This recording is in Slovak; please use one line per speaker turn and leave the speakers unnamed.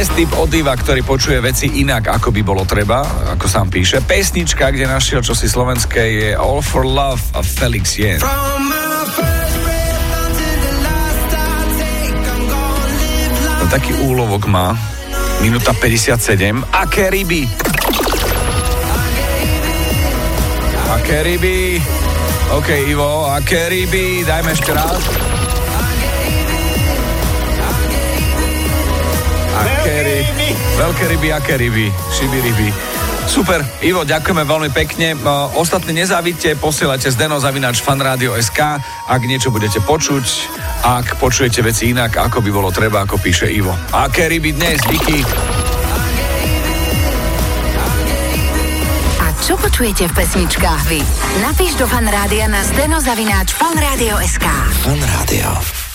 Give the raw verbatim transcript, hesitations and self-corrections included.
Dnes typ od Iva, ktorý počuje veci inak, ako by bolo treba, ako sám píše. Pesnička, kde našiel čosi slovenské, je All for Love a Felix Jen. No, taký úlovok má. Minúta päťdesiatsedem. Aké ryby? Aké ryby? OK, Ivo, aké ryby? Dajme ešte raz. Aké ryby? Veľké ryby, aké ryby? Šiby ryby. Super, Ivo, ďakujeme veľmi pekne. Ostatní nezávidte, posielajte zdeno zavináč fanradio bodka es ká, ak niečo budete počuť, ak počujete veci inak, ako by bolo treba, ako píše Ivo. Aké ryby dnes, díky.
Čo počujete v pesničkách vy? Napíš do Fanrádia na zdeno zavináč fanradio bodka es ká.
Fanrádio.